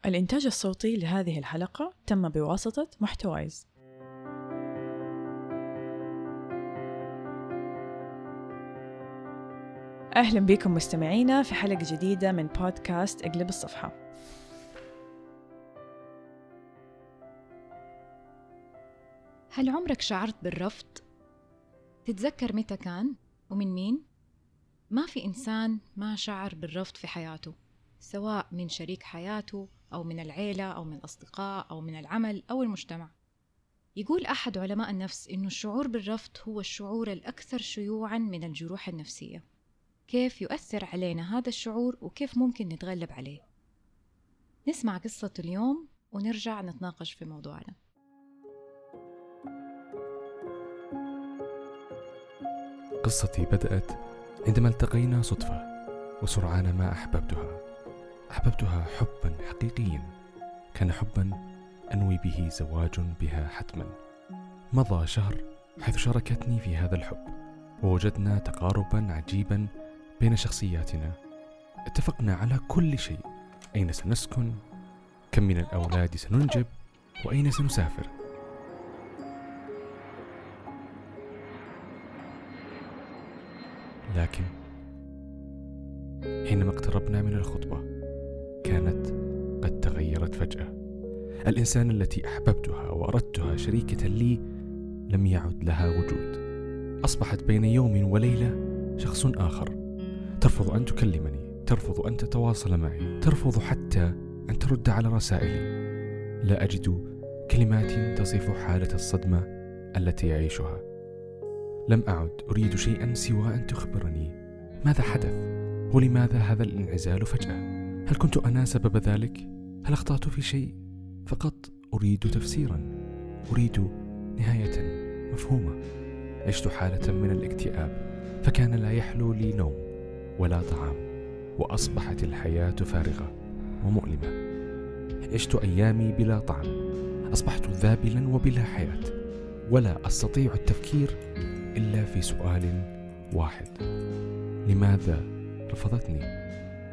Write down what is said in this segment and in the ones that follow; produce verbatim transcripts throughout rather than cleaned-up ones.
الإنتاج الصوتي لهذه الحلقة تم بواسطة محتوايز. أهلا بكم مستمعينا في حلقة جديدة من بودكاست اقلب الصفحة. هل عمرك شعرت بالرفض؟ تتذكر متى كان ومن مين؟ ما في إنسان ما شعر بالرفض في حياته، سواء من شريك حياته أو من العيلة أو من الأصدقاء أو من العمل أو المجتمع. يقول أحد علماء النفس إنه الشعور بالرفض هو الشعور الأكثر شيوعاً من الجروح النفسية. كيف يؤثر علينا هذا الشعور وكيف ممكن نتغلب عليه؟ نسمع قصة اليوم ونرجع نتناقش في موضوعنا. قصتي بدأت عندما التقينا صدفة، وسرعان ما أحببتها أحببتها حبا حقيقيا، كان حبا أنوي به زواج بها حتما. مضى شهر حيث شاركتني في هذا الحب، ووجدنا تقاربا عجيبا بين شخصياتنا. اتفقنا على كل شيء، أين سنسكن، كم من الأولاد سننجب، وأين سنسافر. لكن حينما اقتربنا من الخطبة كانت قد تغيرت فجأة. الإنسان التي أحببتها وأردتها شريكة لي لم يعد لها وجود. أصبحت بين يوم وليلة شخص آخر، ترفض أن تكلمني، ترفض أن تتواصل معي، ترفض حتى أن ترد على رسائلي. لا أجد كلمات تصف حالة الصدمة التي أعيشها. لم أعد أريد شيئا سوى أن تخبرني ماذا حدث، ولماذا هذا الانعزال فجأة. هل كنت أنا سبب ذلك؟ هل أخطأت في شيء؟ فقط أريد تفسيرا، أريد نهاية مفهومة. عشت حالة من الاكتئاب، فكان لا يحلو لي نوم ولا طعام، وأصبحت الحياة فارغة ومؤلمة. عشت أيامي بلا طعم، أصبحت ذابلا وبلا حياة، ولا أستطيع التفكير إلا في سؤال واحد: لماذا رفضتني؟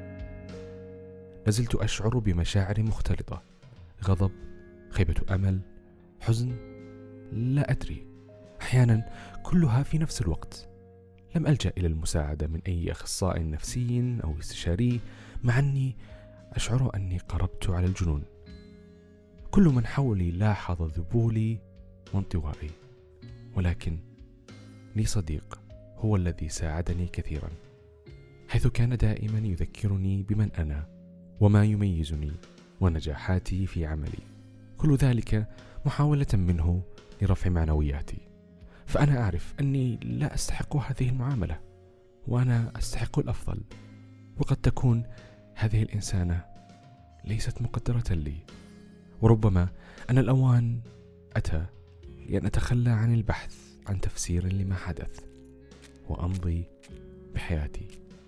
لازلت أشعر بمشاعر مختلطة، غضب، خيبة أمل، حزن، لا أدري، أحيانا كلها في نفس الوقت. لم ألجأ إلى المساعدة من أي أخصائي نفسي أو استشاري، مع أني أشعر أني قربت على الجنون. كل من حولي لاحظ ذبولي وانطوائي، ولكن لي صديق هو الذي ساعدني كثيرا، حيث كان دائما يذكرني بمن أنا وما يميزني ونجاحاتي في عملي، كل ذلك محاولة منه لرفع معنوياتي. فأنا أعرف أني لا أستحق هذه المعاملة، وأنا أستحق الأفضل، وقد تكون هذه الإنسانة ليست مقدرة لي. وربما أن الأوان أتى لأن أتخلى عن البحث عن تفسير لما حدث وأمضي بحياتي.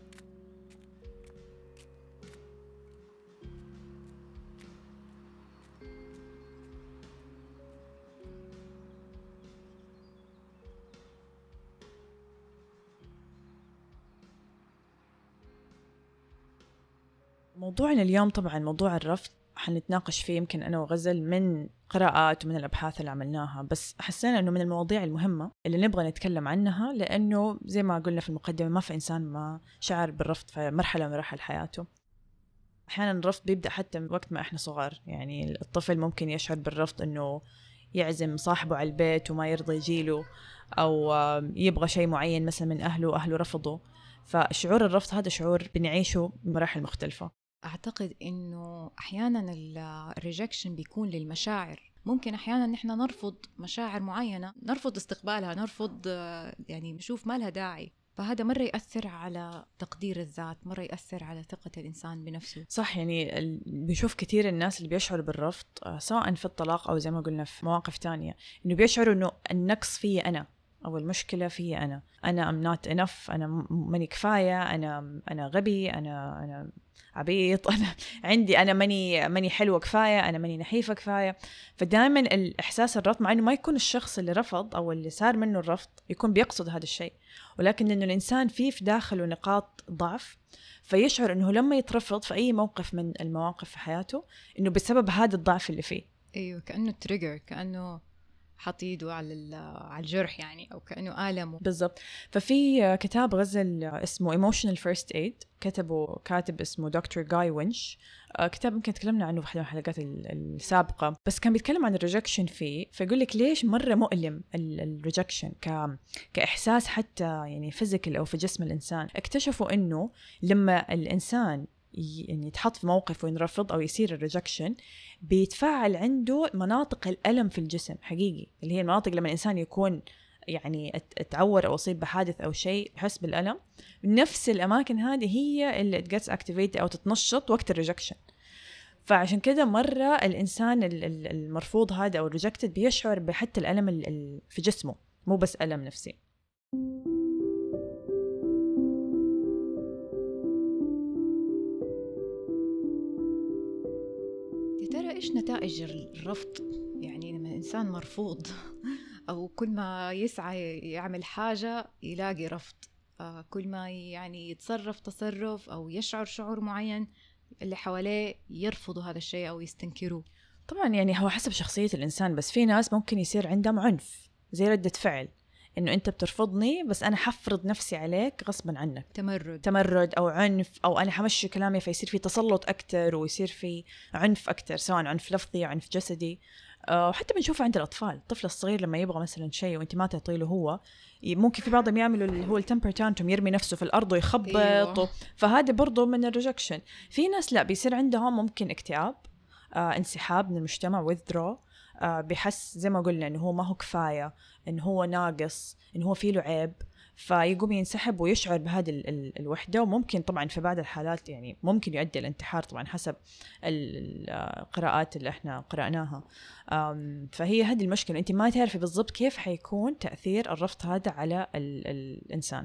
موضوعنا اليوم طبعا موضوع الرفض، حنتناقش فيه يمكن أنا وغزل من قراءات ومن الأبحاث اللي عملناها، بس حسينا أنه من المواضيع المهمة اللي نبغى نتكلم عنها، لأنه زي ما قلنا في المقدمة ما في إنسان ما شعر بالرفض في مرحلة من مراحل حياته. أحيانا الرفض بيبدأ حتى من وقت ما إحنا صغار، يعني الطفل ممكن يشعر بالرفض أنه يعزم صاحبه على البيت وما يرضى يجيله، أو يبغى شيء معين مثلا من أهله وأهله رفضه. فشعور الرفض هذا شعور بنعيشه بمراحل مختلفة. أعتقد إنه أحياناً الريجكشن بيكون للمشاعر. ممكن أحياناً نحن نرفض مشاعر معينة، نرفض استقبالها، نرفض يعني نشوف ما لها داعي. فهذا مرة يأثر على تقدير الذات، مرة يأثر على ثقة الإنسان بنفسه. صح، يعني بيشوف كثير الناس اللي بيشعروا بالرفض سواء في الطلاق أو زي ما قلنا في مواقف تانية، إنه بيشعروا إنه النقص فيه أنا، أو المشكلة في أنا أنا I'm not enough، أنا ماني كفاية، أنا أنا غبي، أنا أنا عبيط، أنا عندي أنا ماني ماني حلوة كفاية، أنا ماني نحيفة كفاية. فدائما الإحساس الرفض، مع إنه ما يكون الشخص اللي رفض أو اللي صار منه الرفض يكون بيقصد هذا الشيء، ولكن إنه الإنسان فيه في داخله نقاط ضعف، فيشعر إنه لما يترفض في أي موقف من المواقف في حياته إنه بسبب هذا الضعف اللي فيه. أيوة، كأنه تريجر، كأنه حط يده على على الجرح يعني، أو كأنه آلمه. بالضبط. ففي كتاب غزل اسمه Emotional First Aid، كتبه كاتب اسمه دكتور جاي وينش. كتاب يمكن تكلمنا عنه في واحدة من الحلقات السابقة، بس كان بيتكلم عن الريجكشن فيه، فيقول لك ليش مرة مؤلم الريجكشن ك... كإحساس حتى يعني فيزيكال أو في جسم الإنسان. اكتشفوا إنه لما الإنسان يعني يتحط في موقف وينرفض أو يصير الريجكشن، بيتفاعل عنده مناطق الألم في الجسم حقيقي، اللي هي المناطق لما الإنسان يكون يعني اتعور أو أصيب بحادث أو شيء يحس بالألم، نفس الأماكن هذه هي اللي gets activated أو تتنشط وقت الريجكشن. فعشان كده مرة الإنسان المرفوض هذا أو الريجكتد بيشعر بحتى الألم في جسمه، مو بس ألم نفسي. ترى إيش نتائج الرفض؟ يعني لما الإنسان مرفوض أو كل ما يسعى يعمل حاجة يلاقي رفض، آه كل ما يعني يتصرف تصرف أو يشعر شعور معين اللي حواليه يرفضوا هذا الشيء أو يستنكروه. طبعا يعني هو حسب شخصية الإنسان، بس في ناس ممكن يصير عندهم عنف زي ردة فعل، إنه أنت بترفضني بس أنا حفرض نفسي عليك غصبا عنك. تمرد تمرد أو عنف، أو أنا حمشي كلامي فيصير في تسلط أكتر ويصير في عنف أكتر، سواء عنف لفظي أو عنف جسدي. وحتى بنشوفه عند الأطفال، الطفل الصغير لما يبغى مثلا شيء وأنت ما تعطيله هو، ممكن في بعضهم يعملوا اللي هو التمبر تانتروم، يرمي نفسه في الأرض ويخبط. أيوة. فهذا برضو من الريجكشن. في ناس لا، بيصير عندهم ممكن اكتئاب، آه، انسحاب من المجتمع، withdraw، آه، بيحس زي ما قلنا إنه هو ما هو كفاية، إنه هو ناقص، إنه هو فيه له عيب، فيقوم ينسحب ويشعر بهذه ال- ال- الوحدة. وممكن طبعا في بعض الحالات يعني ممكن يؤدي الانتحار، طبعا حسب القراءات اللي احنا قرأناها. فهي هذه المشكلة، انت ما تعرفي بالضبط كيف حيكون تأثير الرفض هذا على ال- الإنسان.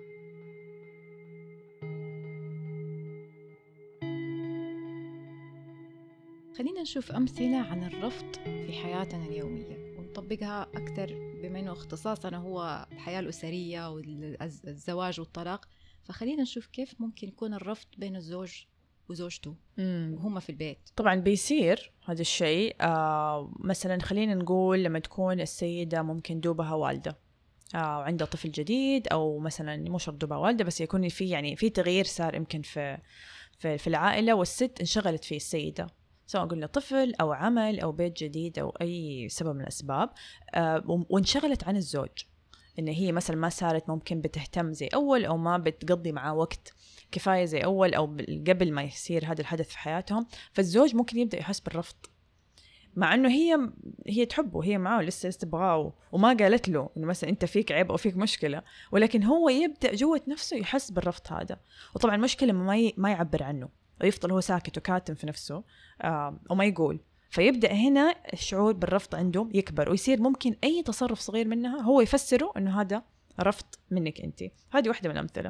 خلينا نشوف أمثلة عن الرفض في حياتنا اليومية ونطبقها أكثر، بما أنه اختصاصنا هو الحياة الأسرية والزواج والطلاق. فخلينا نشوف كيف ممكن يكون الرفض بين الزوج وزوجته وهم في البيت. طبعا بيصير هذا الشيء، آه مثلا خلينا نقول لما تكون السيدة ممكن دوبها والدة، آه وعندها طفل جديد، أو مثلا مو شرط دوبها والدة، بس يكون في يعني في تغيير صار يمكن في في, في العائلة، والست انشغلت فيه السيدة، سواء قلنا طفل أو عمل أو بيت جديد أو أي سبب من الأسباب، آه وانشغلت عن الزوج، إن هي مثلا ما صارت ممكن بتهتم زي أول، أو ما بتقضي معاه وقت كفاية زي أول، أو قبل ما يصير هذا الحدث في حياتهم. فالزوج ممكن يبدأ يحس بالرفض، مع إنه هي هي تحبه، هي معه لسه تبغاه، وما قالت له إنه مثلا أنت فيك عيب أو فيك مشكلة، ولكن هو يبدأ جوة نفسه يحس بالرفض هذا. وطبعا المشكلة ما ما يعبر عنه، ويفضل هو ساكت وكاتم في نفسه، آه وما يقول. فيبدأ هنا الشعور بالرفض عنده يكبر، ويصير ممكن أي تصرف صغير منها هو يفسره إنه هذا رفض منك أنت. هذه واحدة من الأمثلة.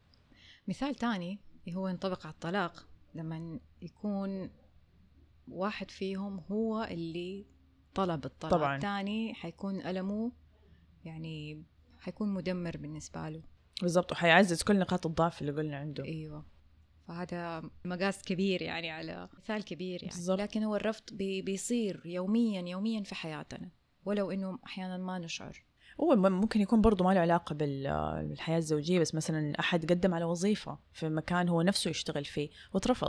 مثال تاني هو ينطبق على الطلاق، لما يكون واحد فيهم هو اللي طلب الطلاق، طبعا الثاني حيكون ألمه يعني حيكون مدمر بالنسبة له. بالضبط، وحيعزز كل نقاط الضعف اللي قلنا عنده. أيوة، فهذا مقاس كبير يعني، على مثال كبير يعني. بالزبط. لكن هو الرفض بي بيصير يوميا يوميا في حياتنا، ولو إنه أحيانا ما نشعر. هو ممكن يكون برضو ما له علاقة بالحياة الزوجية، بس مثلا أحد قدم على وظيفة في مكان هو نفسه يشتغل فيه وترفض،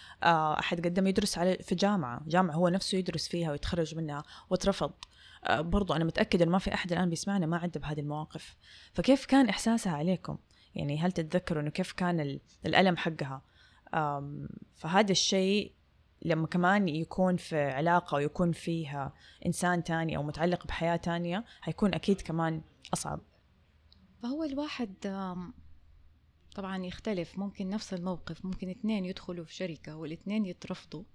أحد قدم يدرس على في جامعة جامعة هو نفسه يدرس فيها ويتخرج منها وترفض برضو. أنا متأكدة إن ما في أحد الآن بيسمعنا ما عدى بهذه المواقف. فكيف كان إحساسها عليكم؟ يعني هل تتذكروا إنه كيف كان الألم حقها؟ فهذا الشيء لما كمان يكون في علاقة ويكون فيها إنسان تاني أو متعلق بحياة تانية، هيكون أكيد كمان أصعب. فهو الواحد طبعا يختلف، ممكن نفس الموقف ممكن اثنين يدخلوا في شركة والاثنين يترفضوا،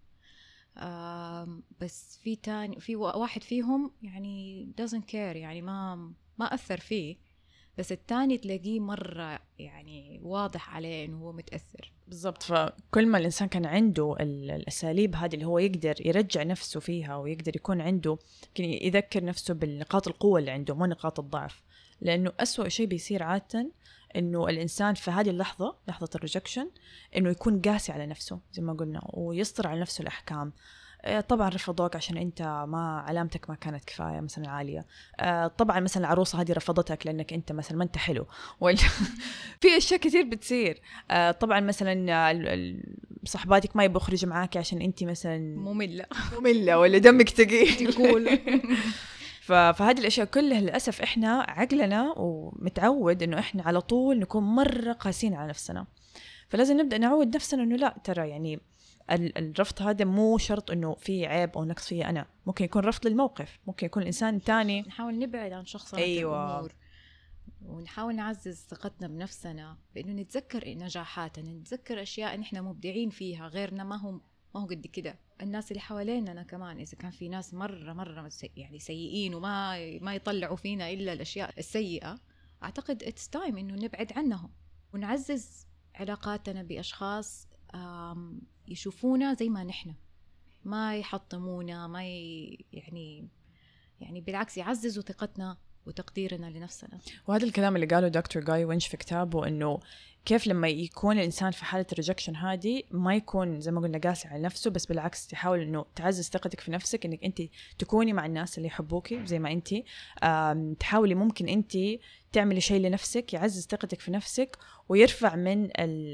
بس في تاني في واحد فيهم يعني doesn't care، يعني ما ما أثر فيه، بس التاني تلاقيه مرة يعني واضح عليه إنه هو متأثر. بالضبط. فكل ما الإنسان كان عنده الأساليب هذه اللي هو يقدر يرجع نفسه فيها ويقدر يكون عنده، يمكن يذكر نفسه بالنقاط القوة اللي عنده مو نقاط الضعف. لأنه أسوأ شيء بيصير عادة إنه الإنسان في هذه اللحظة، لحظة الريجكشن، إنه يكون قاسي على نفسه زي ما قلنا ويسطر على نفسه الأحكام. طبعا رفضوك عشان انت ما علامتك ما كانت كفايه مثلا عاليه، طبعا مثلا العروسه هذه رفضتك لانك انت مثلا ما انت حلو، ولا في اشياء كثير بتصير. طبعا مثلا صحباتك ما يبغوا يخرجوا معاك عشان انت مثلا ممله ممله ولا دمك ثقيل تقول. فهذه الاشياء كلها للاسف احنا عقلنا ومتعود انه احنا على طول نكون مره قاسين على نفسنا. فلازم نبدا نعود نفسنا انه لا، ترى يعني الرفض هذا مو شرط انه في عيب او نقص فيه انا، ممكن يكون رفض للموقف، ممكن يكون انسان تاني. نحاول نبعد عن شخصنا أيوة. الامور ونحاول نعزز ثقتنا بنفسنا بانه نتذكر نجاحاتنا، نتذكر اشياء نحن مبدعين فيها، غيرنا ما هم ما هو قد كده. الناس اللي حوالينا كمان اذا كان في ناس مره مره يعني سيئين وما ما يطلعوا فينا الا الاشياء السيئه، اعتقد اتس تايم انه نبعد عنهم ونعزز علاقاتنا باشخاص يشوفونا زي ما نحن، ما يحطمونا، ما ي... يعني يعني بالعكس يعززوا ثقتنا وتقديرنا لنفسنا. وهذا الكلام اللي قاله دكتور جاي وينش في كتابه، انه كيف لما يكون الانسان في حاله الريجكشن هذه ما يكون زي ما قلنا قاسي على نفسه، بس بالعكس تحاول انه تعزز ثقتك في نفسك، انك انت تكوني مع الناس اللي يحبوكي زي ما انت، تحاولي ممكن انت تعملي شيء لنفسك يعزز ثقتك في نفسك ويرفع من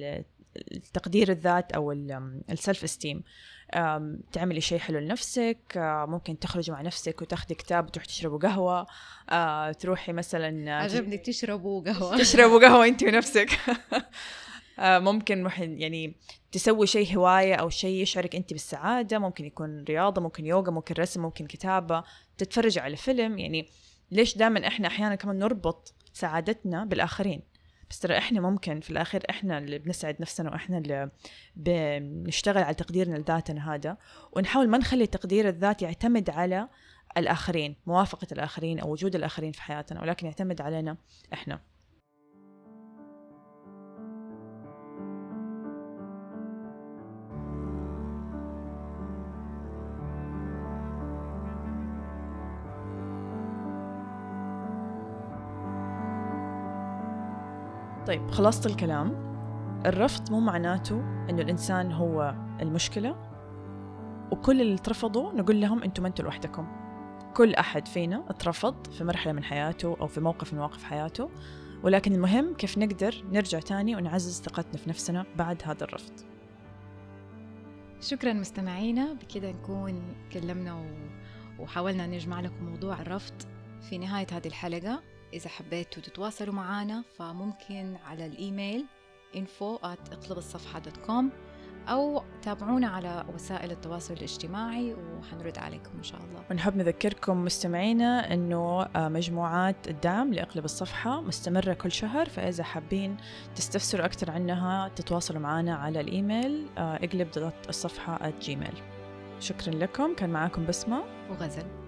التقدير الذات أو السلف استيم. تعملي شيء حلو لنفسك، ممكن تخرجي مع نفسك وتاخدي كتاب وتروحي تشربوا قهوة، تروحي مثلا عجبني تشربوا قهوة تشربوا قهوة انت ونفسك. ممكن يعني تسوي شيء هواية أو شيء يشعرك أنت بالسعادة، ممكن يكون رياضة، ممكن يوغا، ممكن رسم، ممكن كتابة، تتفرج على فيلم. يعني ليش دائما إحنا أحيانا كمان نربط سعادتنا بالآخرين؟ بس ترى إحنا ممكن في الآخر إحنا اللي بنسعد نفسنا، وإحنا اللي بنشتغل على تقديرنا لذاتنا هذا، ونحاول ما نخلي تقدير الذات يعتمد على الآخرين، موافقة الآخرين أو وجود الآخرين في حياتنا، ولكن يعتمد علينا إحنا. طيب خلاصة الكلام، الرفض مو معناته إنه الإنسان هو المشكلة وكل اللي ترفضوا نقول لهم أنتم ما أنتوا لوحدكم. كل أحد فينا اترفض في مرحلة من حياته أو في موقف من مواقف حياته، ولكن المهم كيف نقدر نرجع تاني ونعزز ثقتنا في نفسنا بعد هذا الرفض. شكرا مستمعينا، بكده نكون كلمنا وحاولنا نجمع لكم موضوع الرفض في نهاية هذه الحلقة. إذا حبيتوا تتواصلوا معنا فممكن على الإيميل info at اقلب الصفحة دوت كوم أو تابعونا على وسائل التواصل الاجتماعي وحنرد عليكم إن شاء الله. ونحب نذكركم مستمعينا أنه مجموعات الدعم لأقلب الصفحة مستمرة كل شهر، فإذا حابين تستفسروا أكثر عنها تتواصلوا معنا على الإيميل اقلب دوت الصفحة at gmail. شكرا لكم، كان معاكم بسمة وغزل.